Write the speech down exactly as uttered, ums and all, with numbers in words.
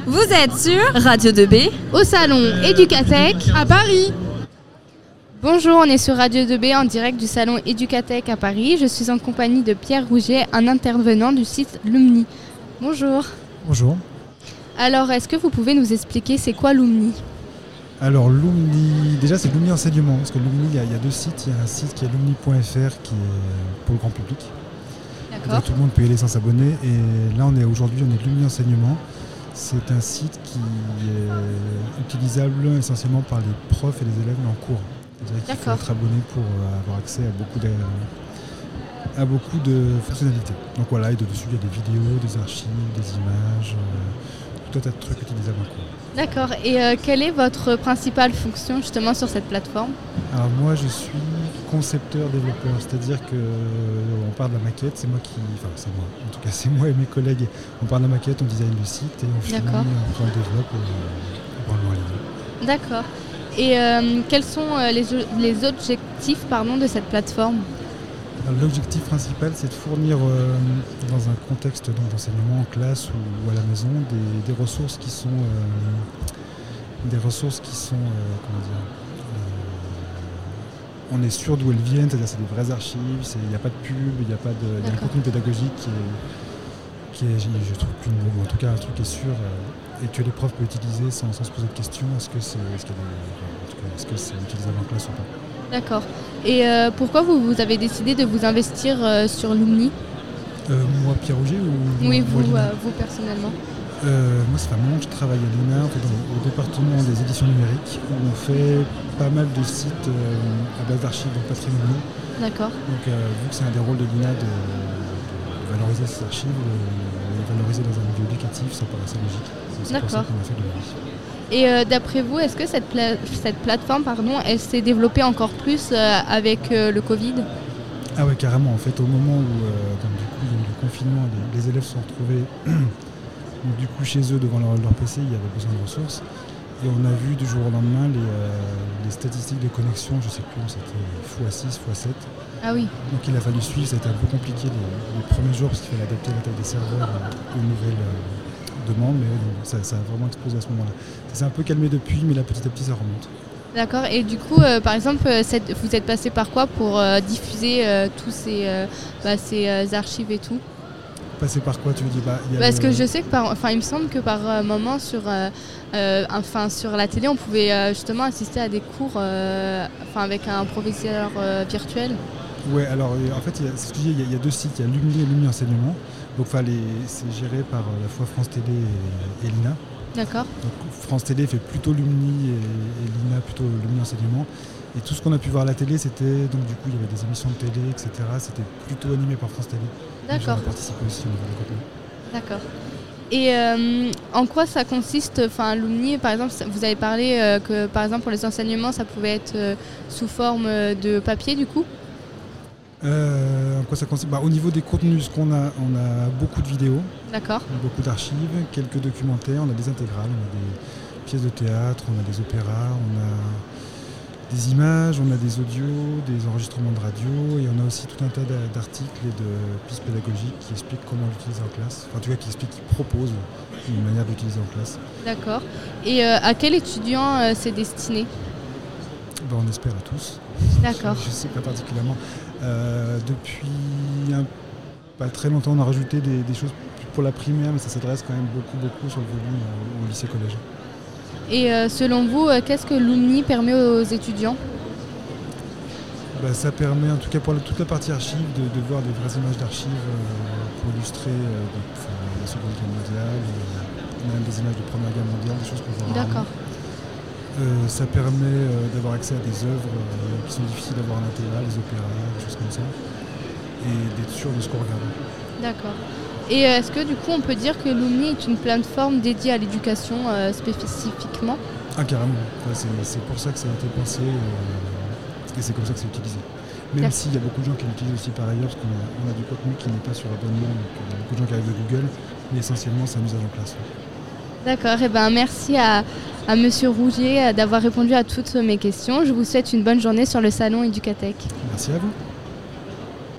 Vous êtes sur Radio deux B au salon Éducatech à Paris. Bonjour, on est sur Radio deux B en direct du salon Éducatech à Paris. Je suis en compagnie de Pierre Rouget, un intervenant du site Lumni. Bonjour. Bonjour. Alors, est-ce que vous pouvez nous expliquer c'est quoi Lumni ? Alors Lumni, déjà c'est Lumni Enseignement, parce que Lumni, il y, a, il y a deux sites. Il y a un site qui est lumni point f r qui est pour le grand public. D'accord. Donc, tout le monde peut y aller sans s'abonner. Et là, on est aujourd'hui, on est Lumni Enseignement. C'est un site qui est utilisable essentiellement par les profs et les élèves en cours. C'est-à-dire qu'il faut être abonné pour avoir accès à beaucoup de, à beaucoup de fonctionnalités. Donc voilà, et dessus il y a des vidéos, des archives, des images, euh, tout un tas de trucs utilisables en cours. D'accord. Et euh, quelle est votre principale fonction justement sur cette plateforme ? Alors moi je suis concepteur développeur, c'est-à-dire que euh, on part de la maquette, c'est moi qui, enfin c'est moi, en tout cas c'est moi et mes collègues, on part de la maquette, on design le site et on finit, on le développe et on le met en ligne. D'accord. Et euh, quels sont euh, les, les objectifs pardon, de cette plateforme ? Alors, l'objectif principal, c'est de fournir, euh, dans un contexte donc, d'enseignement en classe ou, ou à la maison, des, des ressources qui sont, euh, des ressources qui sont, euh, comment dire, euh, on est sûr d'où elles viennent, c'est-à-dire c'est des vraies archives, il n'y a pas de pub, il y a pas de, il y a un contenu pédagogique qui est, qui est je, je trouve plus nouveau, en tout cas un truc qui est sûr. Euh, et que les profs peuvent utiliser sans, sans se poser de questions, est-ce que c'est, est-ce qu'il y a des, en tout cas, est-ce que c'est utilisable en classe ou pas. D'accord. Et euh, pourquoi vous, vous avez décidé de vous investir euh, sur Lumni ? euh, Moi, Pierre Rouget ou Oui, moi, vous, moi, euh, vous personnellement. euh, Moi, ça fait un moment que je travaille à l'I N A, au département des éditions numériques, où on fait pas mal de sites euh, à base d'archives, donc patrimoniaux. D'accord. Donc, euh, vu que c'est un des rôles de l'I N A de, de, de valoriser ces archives, de les valoriser dans un milieu éducatif, ça paraissait logique. C'est pour ça qu'on a fait de Lumni. Et euh, d'après vous, est-ce que cette, pla- cette plateforme, pardon, elle s'est développée encore plus euh, avec euh, le Covid ? Ah ouais, carrément. En fait, au moment où euh, donc, du coup, il y a eu le confinement, les, les élèves se sont retrouvés donc, du coup, chez eux devant leur, leur P C, il y avait besoin de ressources. Et on a vu du jour au lendemain les, euh, les statistiques de connexion, je ne sais plus, c'était fois six, fois sept. Ah oui. Donc il a fallu suivre, ça a été un peu compliqué les, les premiers jours parce qu'il fallait adapter la taille des serveurs aux nouvelles euh, demandes, mais euh, ça, ça a vraiment explosé à ce moment-là. Ça s'est un peu calmé depuis, mais là petit à petit ça remonte. D'accord, et du coup, euh, par exemple, cette, vous êtes passé par quoi pour euh, diffuser euh, tous ces, euh, bah, ces euh, archives et tout ? Passer par quoi, tu veux dire bah, y a Parce le... que je sais que par, enfin, il me semble que par euh, moment sur, euh, euh, enfin, sur la télé, on pouvait euh, justement assister à des cours euh, enfin, avec un professeur euh, virtuel. Ouais, alors en fait, il y a, ce que je dis, il y a, il y a deux sites, il y a Lumni et Lumni Enseignement. Donc les, c'est géré par à la fois France Télé et, et l'I N A. D'accord. Donc France Télé fait plutôt Lumni et, et l'I N A plutôt Lumni Enseignement. Et tout ce qu'on a pu voir à la télé, c'était, donc du coup, il y avait des émissions de télé, et cetera. C'était plutôt animé par France Télé. D'accord. J'ai participé aussi au niveau du contenu. D'accord. Et euh, en quoi ça consiste, enfin Lumni, par exemple, vous avez parlé euh, que par exemple pour les enseignements, ça pouvait être euh, sous forme de papier du coup ? Euh, en quoi ça consiste ? Bah, au niveau des contenus, ce qu'on a, on a beaucoup de vidéos, d'accord. Beaucoup d'archives, quelques documentaires, on a des intégrales, on a des pièces de théâtre, on a des opéras, on a des images, on a des audios, des enregistrements de radio et on a aussi tout un tas d'articles et de pistes pédagogiques qui expliquent comment l'utiliser en classe, enfin en tout cas qui expliquent, qui proposent une manière d'utiliser en classe. D'accord. Et euh, à quel étudiant euh, c'est destiné ? Ben, on espère à tous. D'accord. Je ne sais pas particulièrement. Euh, depuis un, pas très longtemps, on a rajouté des, des choses pour la primaire, mais ça s'adresse quand même beaucoup, beaucoup sur le volume au, au lycée-collège. Et euh, selon vous, euh, qu'est-ce que Lumni permet aux étudiants ? Ben, ça permet, en tout cas pour la, toute la partie archive, de, de voir des vraies images d'archives euh, pour illustrer euh, de, enfin, la Seconde Guerre mondiale, euh, même des images de Première Guerre mondiale, des choses qu'on voit rarement. D'accord. Euh, ça permet euh, d'avoir accès à des œuvres euh, qui sont difficiles d'avoir en intégral, des opéras, des choses comme ça, et d'être sûr de ce qu'on regarde. D'accord. Et euh, est-ce que du coup on peut dire que Lumni est une plateforme dédiée à l'éducation euh, spécifiquement ? Ah carrément, ouais, c'est, c'est pour ça que ça a été pensé euh, et c'est comme ça que c'est utilisé. Même s'il y a beaucoup de gens qui l'utilisent aussi par ailleurs, parce qu'on a, on a du contenu qui n'est pas sur abonnement, donc il y a beaucoup de gens qui arrivent de Google, mais essentiellement c'est un usage en classe. D'accord, et ben merci à, à Monsieur Rouget d'avoir répondu à toutes mes questions. Je vous souhaite une bonne journée sur le salon Éducatech. Merci à vous.